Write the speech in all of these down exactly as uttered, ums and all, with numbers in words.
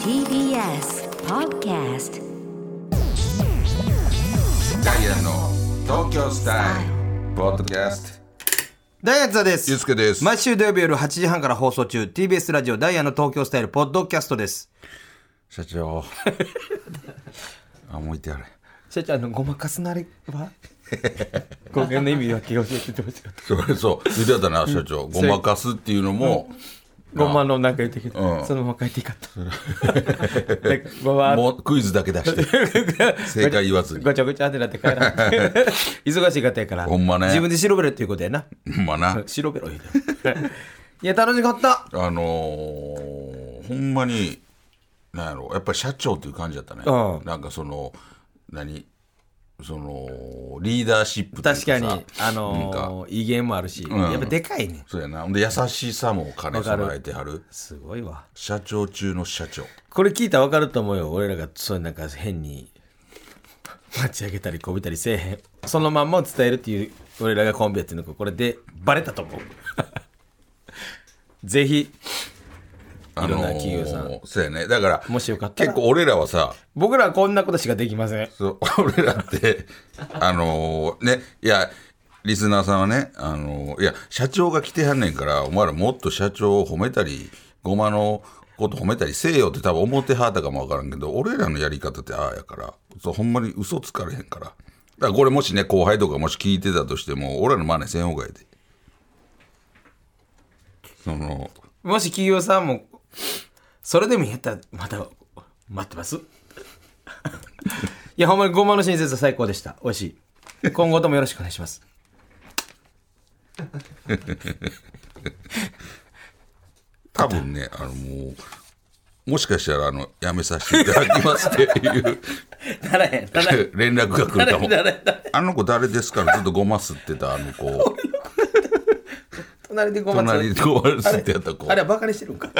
ティービーエス Podcast ダイアンの東京スタイルポッドキャスト。 ダイアンツァです。 ゆうすけです。 毎週土曜日夜はちじはんから放送中 ティービーエス ラジオダイアンの東京スタイルポッドキャストです。 社長あ、もういてやれ。 社長、あのごまかすなりは語源の意味は気を教えてほしかった。 それそう言ってやったな社長、ごまかすっていうのも、 うん、ごまのなんか言ってきて、うん、そのまま書いていいかったごまもうクイズだけ出して正解言わずにごちゃごちゃってなって帰らん忙しい方やからほんまね、 自分で調べろっていうことやな。 ほんまな調べろ言うていや楽しかった。 あのー、ほんまになんやろ、やっぱり社長っていう感じだったね、 うん、 なんかその何そのリーダーシップというかさ、 確かにあのー、威厳もあるし、うん、やっぱでかいね。 そうやな。で優しさも兼ね備えてはる。 すごいわ。 社長中の社長。 これ聞いたら分かると思うよ。俺らがそういうなんか変に待ち上げたりこびたりせえへん、そのまんまを伝えるっていう俺らがコンビやっていうのがこれでバレたと思うぜひいろんな企業さん、あのー、 そうやね。だからもしよかったら結構俺らはさ、 僕らはこんなことしかできません。 そう俺らってあのー、ね、いやリスナーさんはね、あのー、いや社長が来てはんねんからお前らもっと社長を褒めたりごまのこと褒めたりせえよって多分思ってはったかもわからんけど、俺らのやり方ってああやから、そうほんまに嘘つかれへんから。だからこれもしね後輩とかもし聞いてたとしても俺らの真似せんほうがいいで。そのもし企業さんもそれでもやったらまた待ってますいやほんまにごまの親切は最高でした。美味しい。今後ともよろしくお願いします多分ね、あのもうもしかしたらあのやめさせていただきますっていう連絡が来るかも。あの子誰ですか、ずっとごま吸ってたあの子隣でごま吸ってやった子、 あれはバカにしてるんか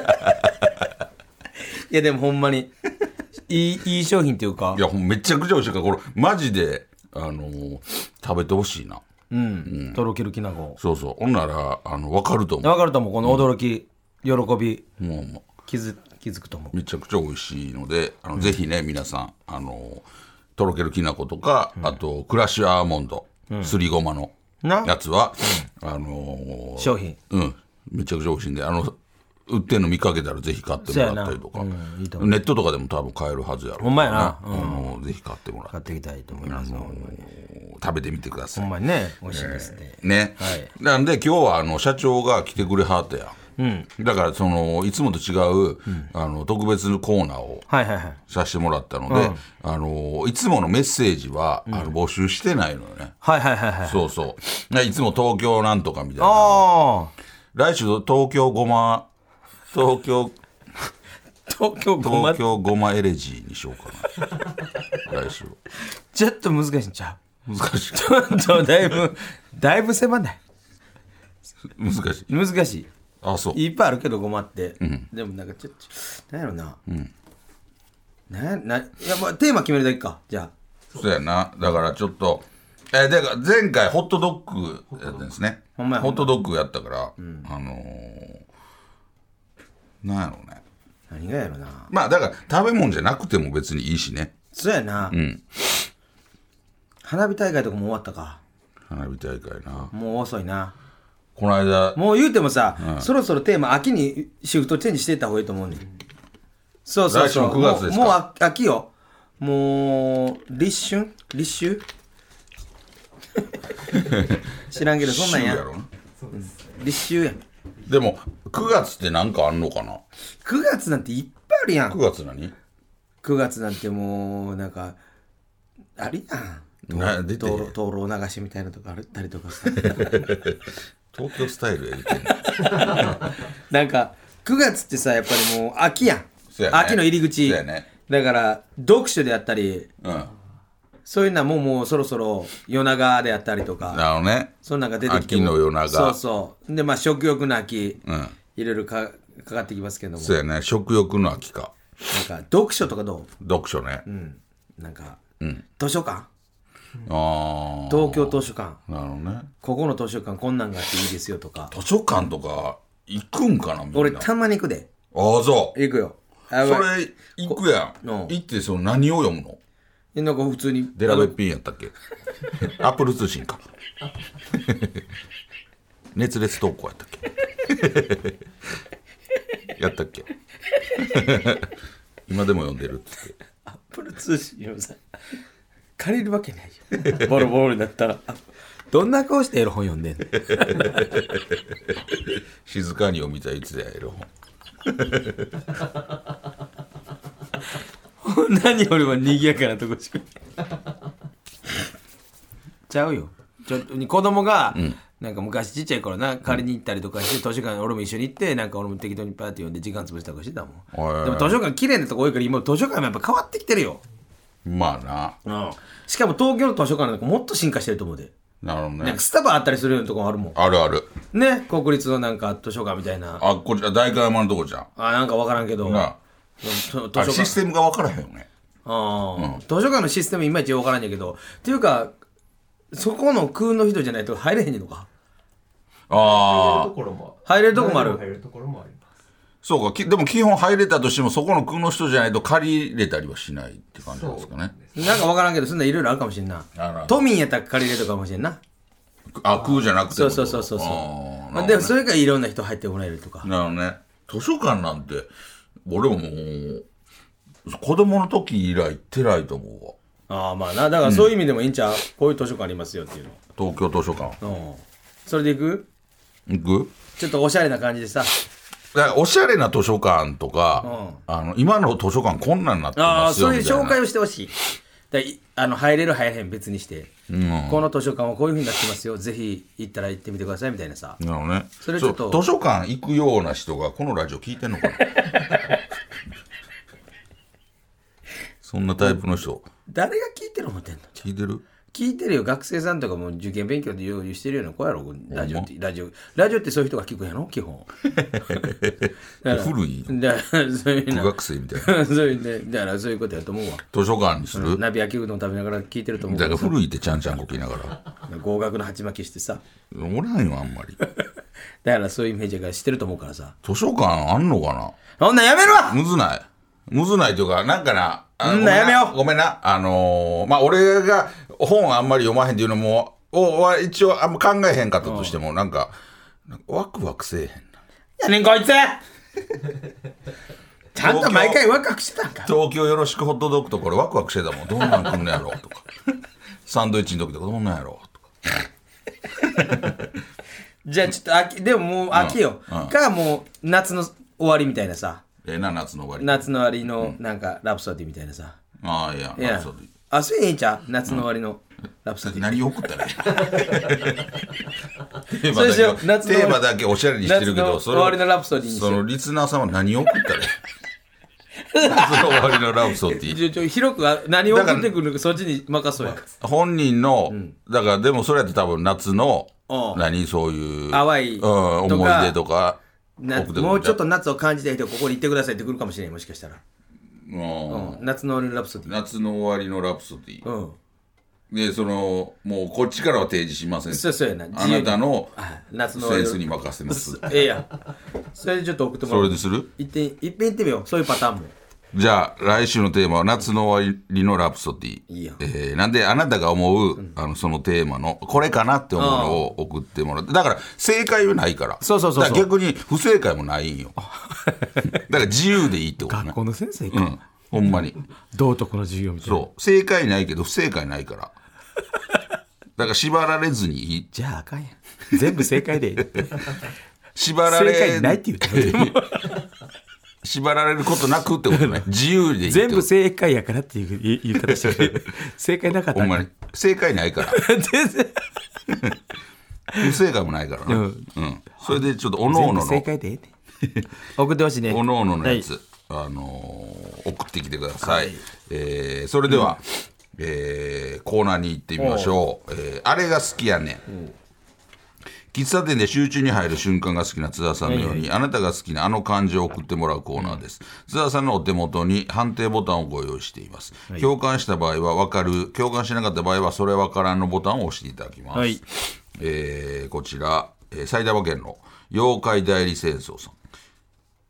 いやでもほんまにいい、いい商品っていうか、 いやめちゃくちゃ美味しいからこれマジで、あのー、食べてほしいな。 うん、うん、とろけるきな粉。 そうそう、ほんならあの分かると思う。 分かると思う。この驚き、うん、喜びもう気づ、気づくと思う。 めちゃくちゃ美味しいので、あの、うん、ぜひね皆さんあのとろけるきな粉とか、うん、あとクラッシュアーモンド、うん、すりごまのやつは、うん、あのー、 商品、 うん、めちゃくちゃ美味しいんで、あの売ってんの見かけたらぜひ買ってもらったりとか、うん、いいとネットとかでも多分買えるはずやろう、ね、 ほんまやな、 うん、あのぜひ買ってもらって買っていきたいと思います、あのー、食べてみてください。 ほんまにね美味しいですね、 えー、ね、はい、なんで今日はあの社長が来てくれはったやん、うん、だからそのいつもと違う、うん、あの特別コーナーをさせてもらったので、はいはいはい、あのいつものメッセージは、うん、あの募集してないのよね、 はいはいはいはい、 そうそういつも東京なんとかみたいな、あ来週東京ごま東京東京ごま東京ごまエレジーにしようかな来週ちょっと難しいんちゃう。難しいちょっとだいぶだいぶ狭ない。 難しい難しい。 あ、そういっぱいあるけどごまって、うん、でもなんかちょっとなんやろな、うん、なないや、まあ、テーマ決めるだけか。じゃあそうやな。だからちょっとえー、で前回ホットドッグやったんですね。ホットドッグやったから、うん、あのー、なんやろうね、 何がやろな。 まあだから食べ物じゃなくても別にいいしね。 そうやな、うん、花火大会とかも終わったか。 花火大会な、 もう遅いな。 この間もう言うてもさ、うん、そろそろテーマ秋にシフトチェンジしていった方がいいと思うねん。そうそうそう、 来週くがつですか。 もう、もう秋よ。もう立春立秋知らんけどそんなんや。立秋やん。 でもくがつってなんかあんのかな。 くがつなんていっぱいあるやん。 くがつ何？ くがつなんてもうなんかあるやん。 な出て灯籠流しみたいなとかあったりとかさ東京スタイルやりてんなんかくがつってさやっぱりもう秋やん。 そうやね、 秋の入り口。 そうやね、 だから読書であったり、 うん、そういうのはもうもうそろそろ夜長であったりとか、 なるほどね、 そんなんが出てきて秋の夜長、 そうそうでまあ食欲の秋、うん、いろいろ か, かかってきますけども。 そうやね、食欲の秋か。 なんか読書とかどう？ 読書ね、 うん、なんか、うん、図書館、 あ東京図書館、 なるほどね、 ここの図書館こんなんがあっていいですよとか。 図書館とか行くんかなみんな。 俺たまに行くで。 ああそう行くよ。 あそれ行くやん、 うん行ってその何を読むの？ えなんか普通にデラベッピンやったっけアップル通信か熱烈投稿やったっけやったっけ今でも読んでるっつってアップル通信をさ借りるわけないよボロボロになったらどんな顔してエロ本読んでんの静かに読みたいつやエロ本何よりも賑やかなとこしかちゃうよちょっと子供が、うん、なんか昔ちっちゃい頃な借りに行ったりとかして、うん、図書館俺も一緒に行ってなんか俺も適当にパーティー読んで時間潰したりとかしてたもん。でも図書館綺麗なとこ多いから今図書館もやっぱ変わってきてるよ。 まあな、うん、しかも東京の図書館なんかもっと進化してると思うで。 なるほどね。 なんかスタバあったりするようなとこもあるもん。 あるあるね、国立のなんか図書館みたいな。 あ、こっち代官山のとこじゃん。 あ、なんか分からんけどなあシステムが分からへんよね。 あ、うん、図書館のシステムいまいち分からんやけどっていうかそこの空の人じゃないと入れへんねんのか。 ああ入れるとこもある。 入れるところもあります。 そうか。でも基本入れたとしてもそこの空の人じゃないと借りれたりはしないって感じですかね。 なんか分からんけどそんないろいろあるかもしれんな。都民やったら借りれるかもしれんな。 あ、空じゃなくても。 そうそうそうそうそう、ね、でもそれからいろんな人入ってもらえるとか。 なるほどね。図書館なんて俺ももう子供の時以来行ってないと思うわ。 ああまあな、だからそういう意味でもいいんちゃう、うん、こういう図書館ありますよっていうの。 東京図書館。 うん。それで行く？ 行く？ちょっとおしゃれな感じでさ。 だからおしゃれな図書館とか、うん、あの今の図書館こんなんなってますよみたいな。ああ、そういう紹介をしてほしい。だあの入れる入れへん別にして、うん、この図書館はこういう風になってますよ。ぜひ行ったら行ってみてくださいみたいなさ。 なるほどね。 それちょっと図書館行くような人がこのラジオ聞いてんのかな。そんなタイプの人。 誰が聞いてる思ってんの？ 聞いてる？聞いてるよ。学生さんとかも受験勉強で用意してるような子やろ。ラジオってラジオラジオってそういう人が聞くんやろ基本。 古い。 だからそういう部学生みたいな。 そういうね、だからそういうことやと思うわ。 図書館にする？ うん、鍋焼きうどん食べながら聞いてると思う。 だから古いってちゃんちゃんこ聞きながら。 合格の鉢巻きしてさ。 おらんよあんまり。 だからそういうイメージがしてると思うからさ。 図書館あんのかな。 そんなんやめろ。 むずない。むずないというかなんかな。 うんなやめよう。ごめんな。あのー、まあ俺が本あんまり読まへんっていうのもをは一応あんま考えへんかったとしても、なんかワクワクせえへんな。 やねんこいつ。ちゃんと毎回ワクワクしてたんか。 東京よろしくホットドッグとこれワクワクしてたもん。どんなん来んのやろうとか。サンドイッチの時とかどんなんやろうとか。 じゃあちょっと秋でももう秋よ、うんうん、かもう夏の終わりみたいなさ。 ええな、夏の終わり。 夏の終わりのなんかラプソディみたいなさ。 うん、ああいや、ラプソディ。 あ、それいいんちゃう？夏の終わりのラプソディ。 何送ったらいい？テーマだけ夏のテーマだけおしゃれにしてるけど、 その終わりのラプソディにして。 そのリスナーさんは何送ったらいい？夏の終わりのラプソディ。 ちょちょ広く何を送ってくるのかそっちに任そうや。 本人の、うん、だからでもそれやって多分夏の何そういう淡い、 うん、思い出とか。 もうちょっと夏を感じた人ここに行ってくださいって来るかもしれない。もしかしたら、うん、夏の終わりのラプソディ。 夏の終わりのラプソディ、うん、でそのもうこっちからは提示しません。 そうそうやな。 あなたのセンスに任せますええやん。それでちょっと送ってもらう。 それでする？ いっていっぺん行ってみよう。そういうパターンも。 じゃあ来週のテーマは夏の終わりのラプソディ。いいよ、えー、なんであなたが思う、うん、あのそのテーマのこれかなって思うのを送ってもらって。だから正解はないから。 そうそうそうそう。 だから逆に不正解もないんよ。だから自由でいいってことね。 学校の先生か、 うん、ほんまに道徳の授業みたいな。 そう正解ないけど不正解ないから。だから縛られずにいい。 じゃああかんやん。全部正解でいい。 縛られ正解ないって言ってた。 縛られることなくってことね。自由でいい。 全部正解やからっていう言い方してる。正解なかったら。 ほんまに正解ないから。全然。不正解もないからな。うん。うん、それでちょっとおのおのの。 正解で送ってほしいね。 おのおののやつ、はい、あのー、送ってきてください。はい、えー、それでは、うん、えー、コーナーに行ってみましょう。えー、あれが好きやねん。うん、喫茶店で集中に入る瞬間が好きな津田さんのように、はいはい、あなたが好きなあの漢字を送ってもらうコーナーです。津田さんのお手元に判定ボタンをご用意しています。はい、共感した場合は分かる、共感しなかった場合はそれ分からんのボタンを押していただきます。はい、えー、こちら、えー、埼玉県の妖怪代理戦争さん。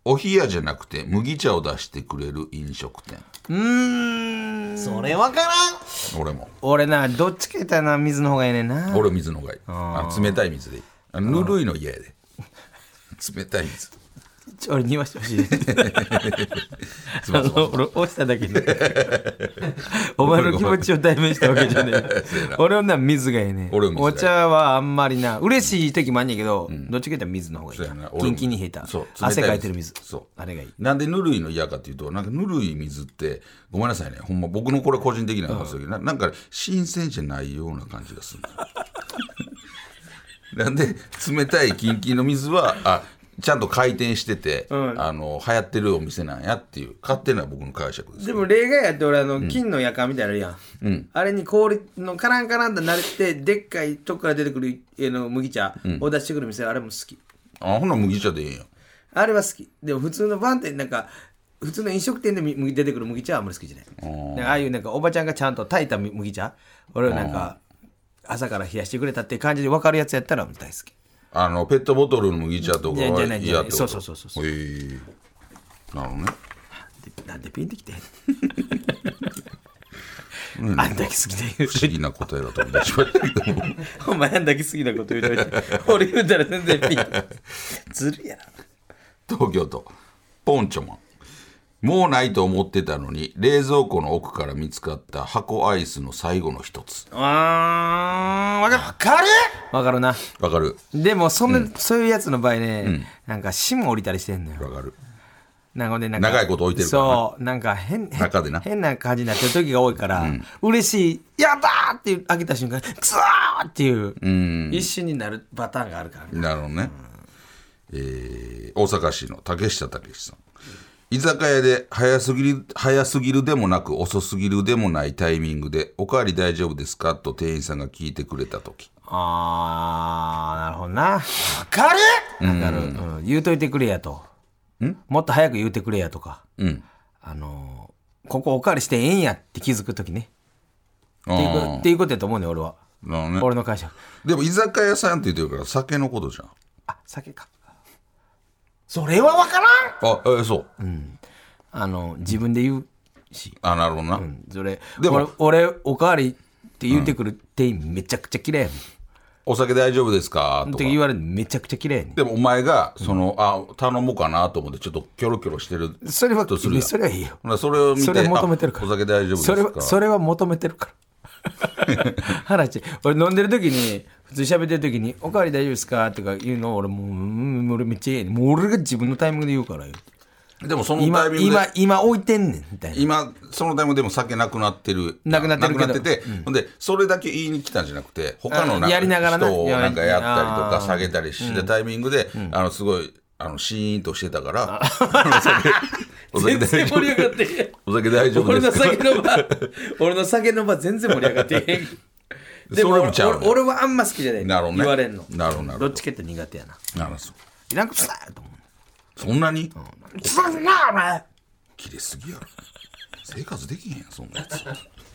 お冷やじゃなくて麦茶を出してくれる飲食店。 うーんそれわからん。 俺も俺などっちか言ったらな水の方がいいねんな。 俺水の方がいい。あ冷たい水でいい。あぬるいの嫌やで。冷たい水。 ちょ俺に言わしてほしいあの俺押しただけでお前の気持ちを代弁したわけじゃねえ俺はな水がいいね。 俺も水がいい。 お茶はあんまりな嬉しい時もあんねんけど、うん、どっちか言ったら水の方がいい。キンキンに冷えた汗かいてる水。 そうあれがいい。 なんでぬるいの嫌かっていうと、なんかぬるい水ってごめんなさいね、ほんま僕のこれ個人的な話だけど、うん、なんか新鮮じゃないような感じがするなんで冷たいキンキンの水はあちゃんと回転してて、うん、あの流行ってるお店なんやっていう勝手な僕の解釈です。 でも例外やって俺あの、うん、金のやかんみたいなのやん、うん、あれに氷のカランカランと慣れてでっかいとこから出てくるえの麦茶を出してくる店、うん、あれも好き。 あほな麦茶でいいやん。 あれは好き。でも普通のバンってなんか普通の飲食店で麦出てくる麦茶はあんまり好きじゃない。ああいうなんかおばちゃんがちゃんと炊いた麦茶俺はなんか朝から冷やしてくれたって感じで分かるやつやったら大好き。 あのペットボトルの麦茶とかは嫌ってこと。 そうそうそうそう。 へえなるほどね。 なんでピンってきてあんだけ好きで言う不思議な答えだと思ってしまったけどお前あんだけ好きなこと言うといて俺言うたら全然ピンずるいやな。 東京都ポンチョマン。もうないと思ってたのに冷蔵庫の奥から見つかった箱アイスの最後の一つ。 あーわかるわかるな。 わかる。 でもそんな、うん、そういうやつの場合ね、うん、なんか霜降りたりしてんのよ。 わかる。 なんか、ね、なんか長いこと置いてるからな。 そうなんか 変, 中でな変な感じになってる時が多いから、うん、嬉しいやったーって開けた瞬間クソーっていう、うん、一瞬になるパターンがあるから、ね、 なるほどね、うんえー、大阪市の竹下武さん。居酒屋で早すぎる早すぎるでもなく遅すぎるでもないタイミングでおかわり大丈夫ですかと店員さんが聞いてくれた時。 あーなるほどな。わかるわかる、うんうん、言うといてくれやとんもっと早く言うてくれやとか、うん、あのー、ここおかわりしてええんやって気づく時ねっていう、っていうことやと思うね俺は、ね、俺の会社。 でも居酒屋さんって言ってるから酒のことじゃん。 あ酒か。それは分からん。 あ、えー、そう、 うん、あの自分で言うし。 あなるほどな、 うん、それでも 俺, 俺おかわりって言うてくる店員めちゃくちゃ綺麗やねん、うん、 お酒大丈夫ですかとかって言われるのめちゃくちゃ綺麗やねん。 でもお前がその、うん、あ頼もうかなと思ってちょっとキョロキョロしてるそれはとするやん。 それはいいよ。 それを見てそれ求めてるから。 お酒大丈夫ですか。 それはそれは求めてるから話俺飲んでる時に普通に喋ってる時におかわり大丈夫ですかとか言うの俺もう、うん、俺めっちゃええねん。もう俺が自分のタイミングで言うからよ。 でもそのタイミングで今, 今, 今置いてんねんみたいな。 今そのタイミングでも酒なくなってるなくなってるけどなくなってて、うん、ほんでそれだけ言いに来たんじゃなくて他のなんか人をなんかやったりとか下げたりしたタイミングで、うん、あのすごいあのシーンとしてたからお酒全然盛り上がってお酒大丈夫ですか。 俺の酒の場俺の酒の場全然盛り上がってでも 俺, 俺, 俺はあんま好きじゃない。 なるほど、ね、 言われんの。 なるほどなるほど。 どっちかって苦手やな。 なるほど。 いらんくさーと思う。 そんなに？ うん、つらんなお前。 切れすぎやろ。生活できへんやんそんなやつ。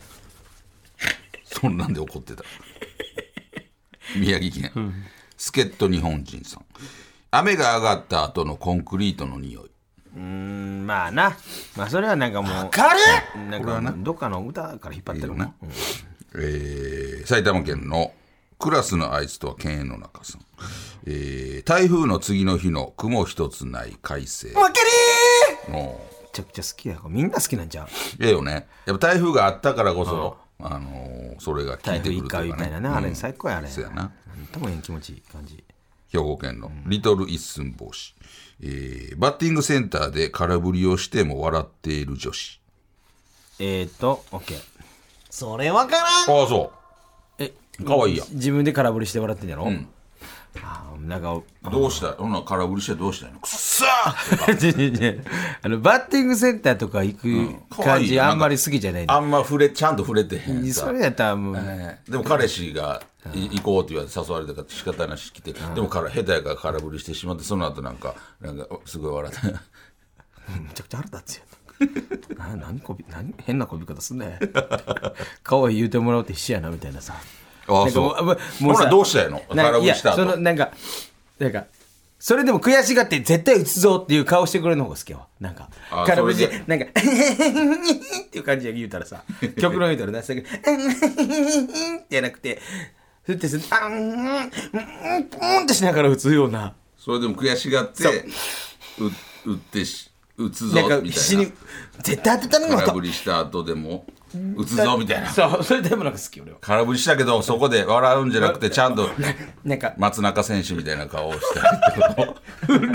そんなんで怒ってた。宮城県、うん、助っ人日本人さん。雨が上がった後のコンクリートの匂い。 うーんまあな。まあそれはなんかもう。 わかる？ なんかなどっかの歌から引っ張ってるな。うんえー、埼玉県のクラスのあいつとは犬猿の中さん、えー、台風の次の日の雲一つない快晴。 わかりーめちゃくちゃ好きや。みんな好きなんちゃう。 ええよね。やっぱ台風があったからこそ、うん、あのー、それが効いてくるというか、ね、 台風一回みたいなね、うん、あれ最高やあれ。 そうやな。なんともえん気持ちいい感じ。 兵庫県のリトル一寸法師、えー、バッティングセンターで空振りをしても笑っている女子。 えーと OK。 それわからん。 ああそうえかわいいやん。 自分で空振りして笑ってんやろ、うん、 あなんかどうしたそんな空振りしてどうしたんやのくっさーあのバッティングセンターとか行く感じ、うん、あんまり好きじゃない、ね、 あんま触れちゃんと触れてへんさ。 それやったらもう、 えー、でも彼氏が行こうって言われて誘われたから仕方なし来て、うん、でもから下手やから空振りしてしまってその後なんかなんかすごい笑ってめちゃくちゃ腹立つよな何こび何変なこび方すんねかわいい言うてもらうって必死やなみたいなさ。 ああそうもうもうさどうしたやの空振りした後。 いやそのなんかなんかそれでも悔しがって絶対打つぞっていう顔してくれるの方が好きやわ。なんか空振りでなんかっていう感じで言うたらさ、極論言うたらな、さけじゃなくてふってするあんうんうんってしながら打つような。 それでも悔しがって打ってし打つぞみたいな。 死に絶対当てたのよ。 空振りした後でも打つぞみたいな。 そう、それでもなんか好き俺は。 空振りしたけどそこで笑うんじゃなくてちゃんとなんか松中選手みたいな顔をしたりとか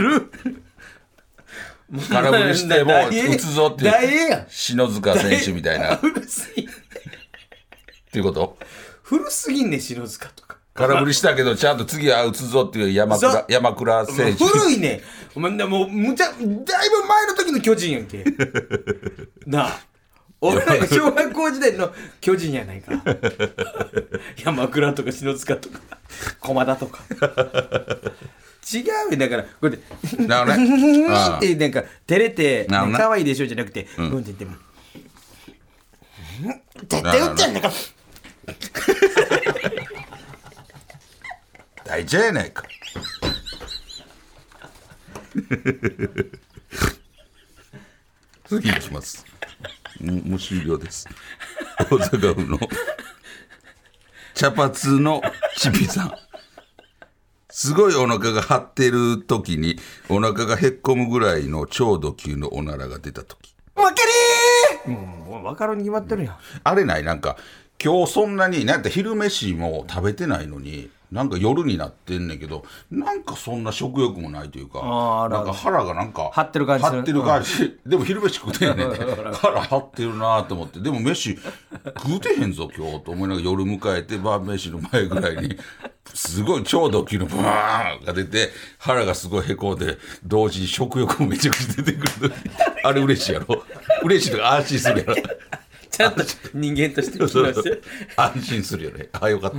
空振りしても打つぞっていう篠塚選手みたいな古すぎっていうこと古すぎんね篠塚とか。 空振りしたけどちゃんと次は打つぞっていう山倉山倉選手。 古いね。お前もうむちゃだいぶ前の時の巨人やんけ。なあ。俺なんか小学校時代の巨人やないか。山倉とか篠塚とか駒田とか。違うよだからこうやってなるほどねってなんか照れてなるほどね可愛いでしょじゃなくてうんって言っても絶対打っちゃうんだから。 大事やないか。次いきます。もう終了です。大阪府の茶髪のちびさん。すごいお腹が張ってる時にお腹がへっこむぐらいの超ド級のおならが出た時。 わかりー、うん、分かるに決まってるやん。 あれないなんか今日そんなになんて昼飯も食べてないのになんか夜になってんねんけどなんかそんな食欲もないというかあーなんか腹がなんか張ってる感じする張ってる感じ、うん、でも昼飯食うてんねんね腹張ってるなと思ってでも飯食うてへんぞ今日と思いながら夜迎えて晩飯の前ぐらいにすごい超ド級のブワーンが出て腹がすごいへこんで同時に食欲もめちゃくちゃ出てくるあれ嬉しいやろ嬉しいとか安心するやろちゃんと人間として聞きまして安心するよね。あよかった。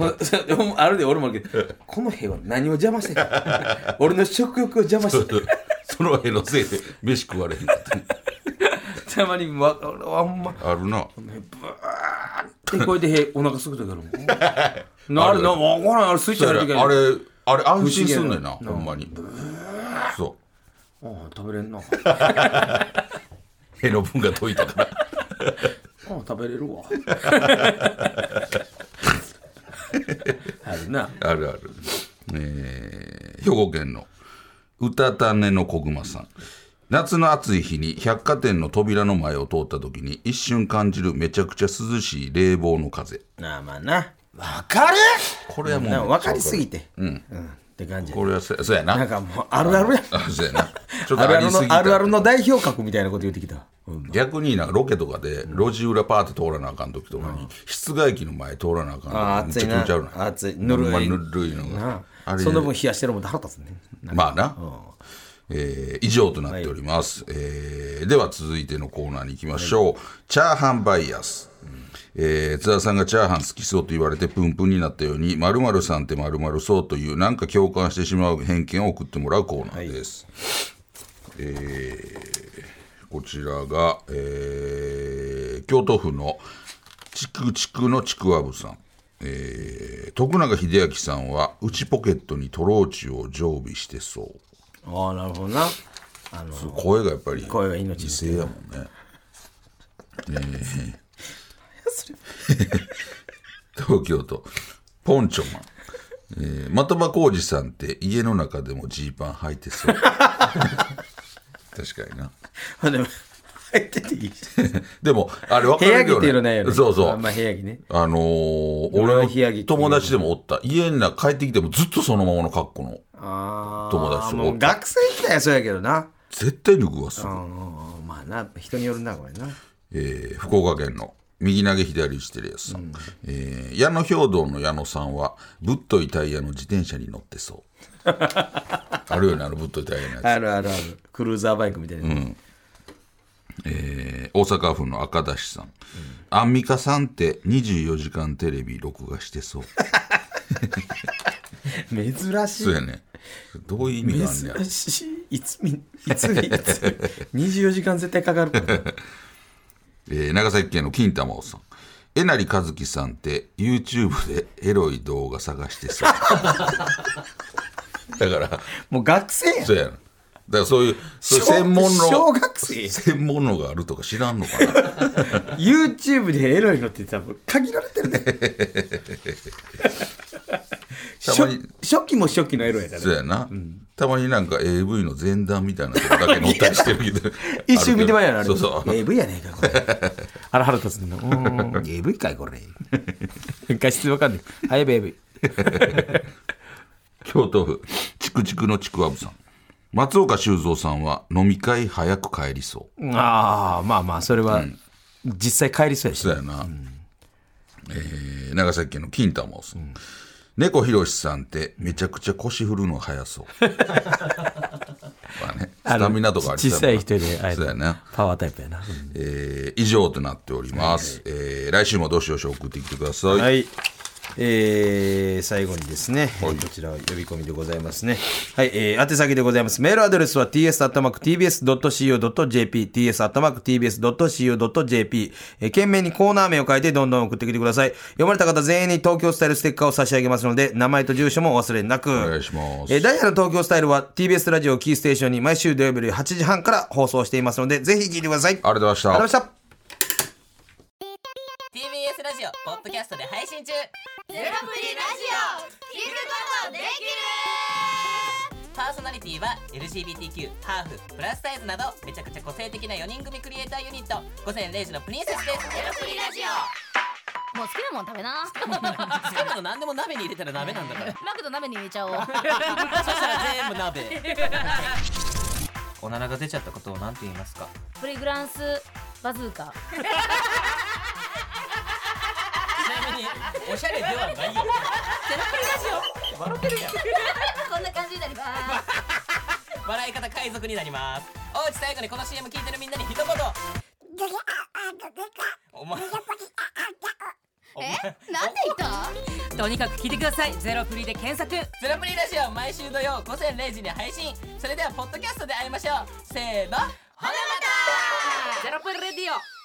あるで俺もあるけどこの辺は何を邪魔してる俺の食欲を邪魔してるその辺のせいで飯食われへんかったたまにわあんまあるなブワーってこうやってお腹すくときあるもんなあれなわからんあれスイッチ入るときあれあれ安心すんねんなほんまにそうああ食べれんなへの分が解いたからああ食べれるわあるなあるある、えー、兵庫県のうたたねのこぐまさん。夏の暑い日に百貨店の扉の前を通った時に一瞬感じるめちゃくちゃ涼しい冷房の風。 なあまあなわかるこれはもう分かりすぎてうん、 うんって感じこれはそそうやななんかもうあるあるやあそうやなちょっとあるあるありすぎたのあるあるの代表格みたいなこと言ってきた、うん、 逆になんかロケとかで路地裏パーって通らなあかん時とかに、うん、室外機の前通らなあかんあめっちゃ気持ち悪いな暑いぬるい、 まあ、ぬるいのがあれその分冷やしてるもん腹立つねまあな、うんえー、以上となっております、はいえー、では続いてのコーナーに行きましょう、はい、チャーハンバイアス、えー、津田さんがチャーハン好きそうと言われてプンプンになったように〇〇さんって〇〇そうというなんか共感してしまう偏見を送ってもらうコーナーです、はいえー、こちらが、えー、京都府のちくちくのちくわぶさん、えー、徳永英明さんは内ポケットにトローチを常備してそうああなるほどなあの声がやっぱり声が命犠牲やもんねえー東京都ポンチョマン、えー、的場浩二さんって家の中でもジーパン履いてそう確かになでも履いてていいでもあれ分かるけど、ね、 部屋着っていうのないよねそうそうあんま部屋着ねあのー、俺の友達でもおった家に帰ってきてもずっとそのままの格好のあ友達ともう学生時代はそうやけどな絶対脱ぐわすぐまあな人によるなこれな、 えー、福岡県の右投げ左打ちてるやつさん、うんえー、矢野兵道の矢野さんはぶっといタイヤの自転車に乗ってそうあるよねあのぶっといタイヤのやつあるあるあるクルーザーバイクみたいな、 うんえー、大阪府の赤だしさん、うん、アンミカさんってにじゅうよじかんテレビ録画してそう珍しいそうやねどういう意味があんねや珍しいいつみいついつにじゅうよじかん絶対かかるからえー、長崎県の金玉尾さんえなりかずきさんって YouTube でエロい動画探してそうだからもう学生やん。 そうやな。だからそういうそういう専門の小学生専門のがあるとか知らんのかな。 YouTube でエロいのって多分限られてるね。 たまに初期も初期のエロやから、ね、 そうやな、うん、たまになんか エーブイ の前段みたいなとこだけ載ったりしてるけど一瞬見てまいやな。 そうそうエーブイ やねえかこれ。あら腹立つの。うん エーブイ かいこれ。画質わかんない。はい エーブイ。 京都府チクチクのちくわぶさん。松岡修造さんは飲み会早く帰りそう。 ああまあまあそれは、うん、実際帰りそうやし、 そうやな、うんえー、長崎県の金太もす、うん、猫ひろしさんってめちゃくちゃ腰振るの早そうまあね、スタミナとかありそうやな。小さい人であれそうやな、 パワータイプやな、うんえー、以上となっております、はいはいえー、来週もどしどし送ってきてください。 はいえー、最後にですね、はい、こちら呼び込みでございますね。はい、えー、宛先でございます。メールアドレスは ティーエス アットマーク ティービーエス ドット シーオー ドット ジェーピー ティーエス アットマーク ティービーエス ドット シーオー ドット ジェーピー、えー、懸命にコーナー名を書いてどんどん送ってきてください。読まれた方全員に東京スタイルステッカーを差し上げますので、名前と住所もお忘れなく。 お願いします。 えー、ダイヤの東京スタイルは ティービーエス ラジオキーステーションに毎週土曜日はちじはんから放送していますので、ぜひ聞いてください。 ありがとうございました。 ありがとうございました。 ティービーエス ラジオポッドキャストで配信中。ゼロプリラジオ聞くことできる。パーソナリティは エルジービーティーキュー、ハーフ、プラスサイズなどめちゃくちゃ個性的なよにん組クリエイターユニット午前れいじのプリンセスです。ゼロプリラジオもう好きなもん食べな。 好きなの何でも鍋に入れたら鍋なんだからマクド鍋に入れちゃおう。 そしたら全部鍋。おならが出ちゃったことを何て言いますか？ プリグランスバズーカ。 ちなみにおしゃれではないよ。ゼロプリラジオ笑ってるやん。 こんな感じになります。 笑い方海賊になります。おうち最後にこの シーエム 聞いてるみんなに一言。お前え、なんで言った？ とにかく聞いてください。ゼロプリで検索。ゼロプリラジオ毎週土曜午前れいじに配信。それではポッドキャストで会いましょう。せーの、ほなまた。ゼロプリレディオ。